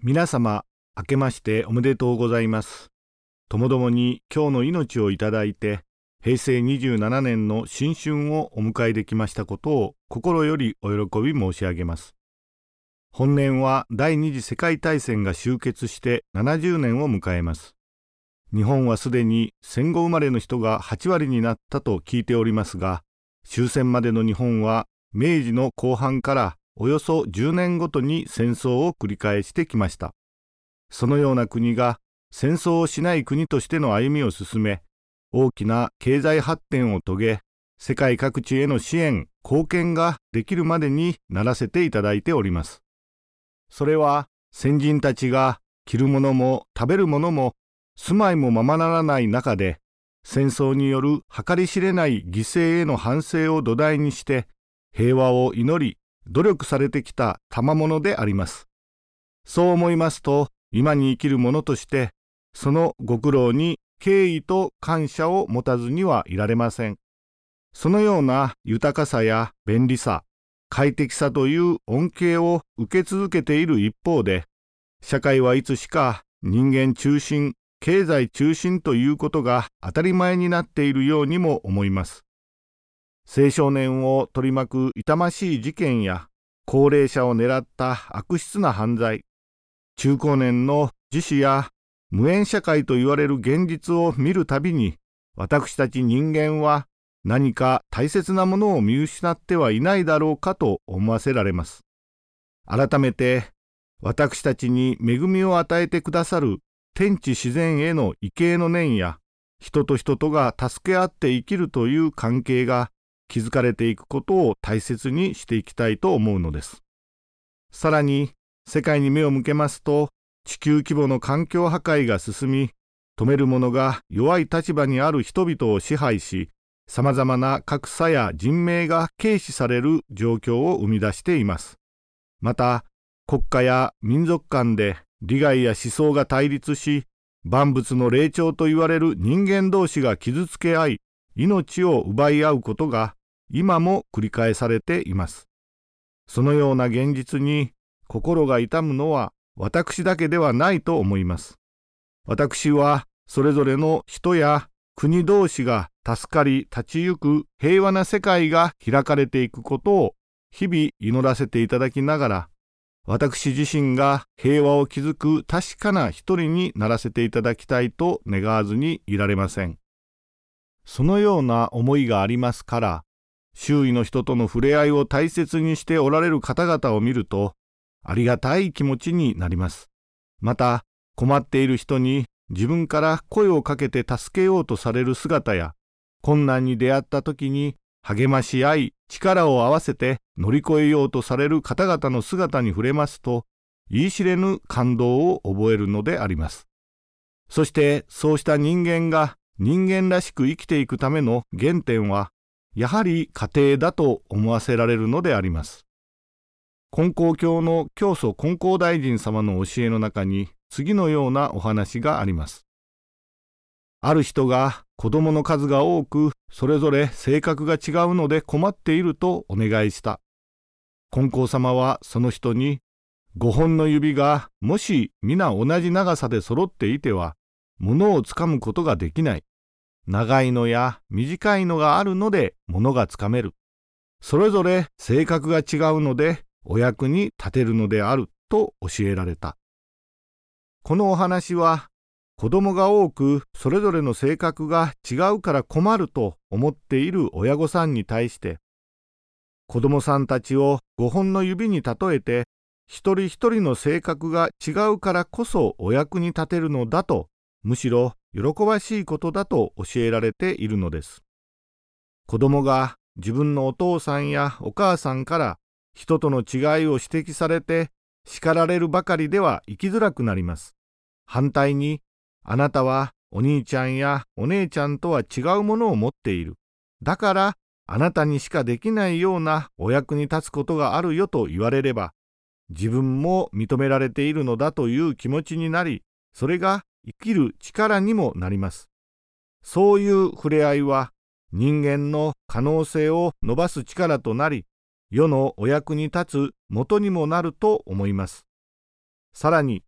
皆様、明けましておめでとうございます。ともどもに今日の命をいただいて、平成27年の新春をお迎えできましたことを心よりお喜び申し上げます。本年は第二次世界大戦が終結して70年を迎えます。日本はすでに戦後生まれの人が8割になったと聞いておりますが、終戦までの日本は明治の後半からおよそ10年ごとに戦争を繰り返してきました。そのような国が戦争をしない国としての歩みを進め、大きな経済発展を遂げ、世界各地への支援・貢献ができるまでにならせていただいております。それは先人たちが着るものも食べるものも住まいもままならない中で、戦争による計り知れない犠牲への反省を土台にして平和を祈り努力されてきた賜物であります。そう思いますと、今に生きる者としてそのご苦労に敬意と感謝を持たずにはいられません。そのような豊かさや便利さ、快適さという恩恵を受け続けている一方で、社会はいつしか人間中心、経済中心ということが当たり前になっているようにも思います。青少年を取り巻く痛ましい事件や高齢者を狙った悪質な犯罪、中高年の自死や無縁社会と言われる現実を見るたびに、私たち人間は何か大切なものを見失ってはいないだろうかと思わせられます。改めて私たちに恵みを与えてくださる天地自然への畏敬の念や、人と人とが助け合って生きるという関係が築かれていくことを大切にしていきたいと思うのです。さらに世界に目を向けますと、地球規模の環境破壊が進み、止める者が弱い立場にある人々を支配し、さまざまな格差や人命が軽視される状況を生み出しています。また、国家や民族間で利害や思想が対立し、万物の霊長と言われる人間同士が傷つけ合い、命を奪い合うことが今も繰り返されています。そのような現実に心が痛むのは私だけではないと思います。私はそれぞれの人や国同士が助かり立ち行く平和な世界が開かれていくことを日々祈らせていただきながら、私自身が平和を築く確かな一人にならせていただきたいと願わずにいられません。そのような思いがありますから、周囲の人との触れ合いを大切にしておられる方々を見ると、ありがたい気持ちになります。また、困っている人に自分から声をかけて助けようとされる姿や、困難に出会った時に励まし合い、力を合わせて乗り越えようとされる方々の姿に触れますと、言い知れぬ感動を覚えるのであります。そしてそうした人間が人間らしく生きていくための原点は、やはり家庭だと思わせられるのであります。金光教の教祖金光大臣様の教えの中に次のようなお話があります。ある人が子供の数が多く、それぞれ性格が違うので困っているとお願いした。金光様はその人に、5本の指がもし皆同じ長さで揃っていては、物をつかむことができない。長いのや短いのがあるので物がつかめる。それぞれ性格が違うのでお役に立てるのであると教えられた。このお話は、子供が多くそれぞれの性格が違うから困ると思っている親御さんに対して、子供さんたちを5本の指に例えて、一人一人の性格が違うからこそお役に立てるのだと、むしろ喜ばしいことだと教えられているのです。子供が自分のお父さんやお母さんから人との違いを指摘されて叱られるばかりでは生きづらくなります。反対に、あなたはお兄ちゃんやお姉ちゃんとは違うものを持っている。だからあなたにしかできないようなお役に立つことがあるよと言われれば、自分も認められているのだという気持ちになり、それが生きる力にもなります。そういう触れ合いは人間の可能性を伸ばす力となり、世のお役に立つ元にもなると思います。さらに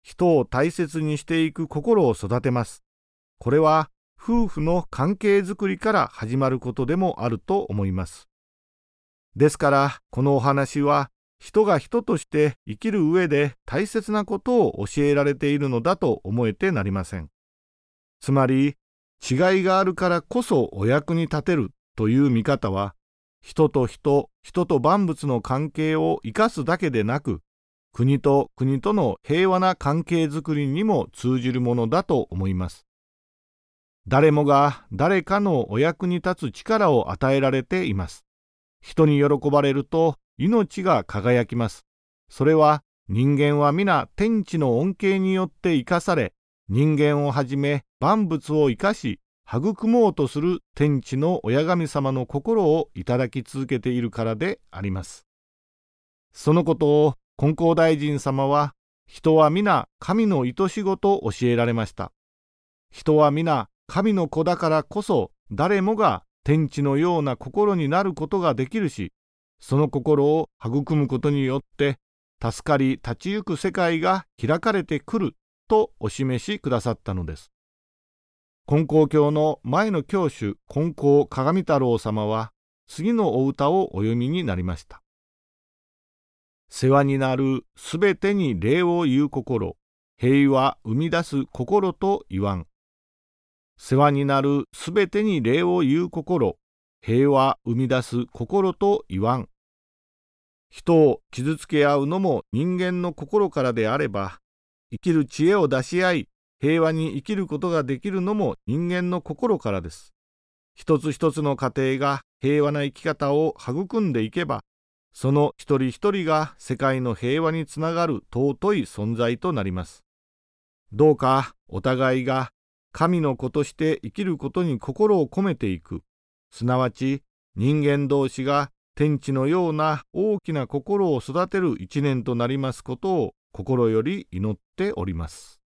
人を大切にしていく心を育てます。これは夫婦の関係づくりから始まることでもあると思います。ですからこのお話は人が人として生きる上で大切なことを教えられているのだと思えてなりません。つまり違いがあるからこそお役に立てるという見方は人と人、人と万物の関係を生かすだけでなく、国と国との平和な関係づくりにも通じるものだと思います。誰もが誰かのお役に立つ力を与えられています。人に喜ばれると命が輝きます。それは人間は皆天地の恩恵によって生かされ、人間をはじめ万物を生かし、育もうとする天地の親神様の心をいただき続けているからであります。そのことを金光大臣様は、人は皆神の愛し子と教えられました。人は皆神の子だからこそ誰もが天地のような心になることができるし、その心を育むことによって助かり立ち行く世界が開かれてくるとお示しくださったのです。金光教の前の教主金光鏡太郎様は次のお歌をお読みになりました。世話になるすべてに礼を言う心、平和生み出す心と言わん。世話になるすべてに礼を言う心、平和生み出す心と言わん。人を傷つけ合うのも人間の心からであれば、生きる知恵を出し合い、平和に生きることができるのも人間の心からです。一つ一つの家庭が平和な生き方を育んでいけば、その一人一人が世界の平和につながる尊い存在となります。どうかお互いが神の子として生きることに心を込めていく、すなわち人間同士が天地のような大きな心を育てる一年となりますことを心より祈っております。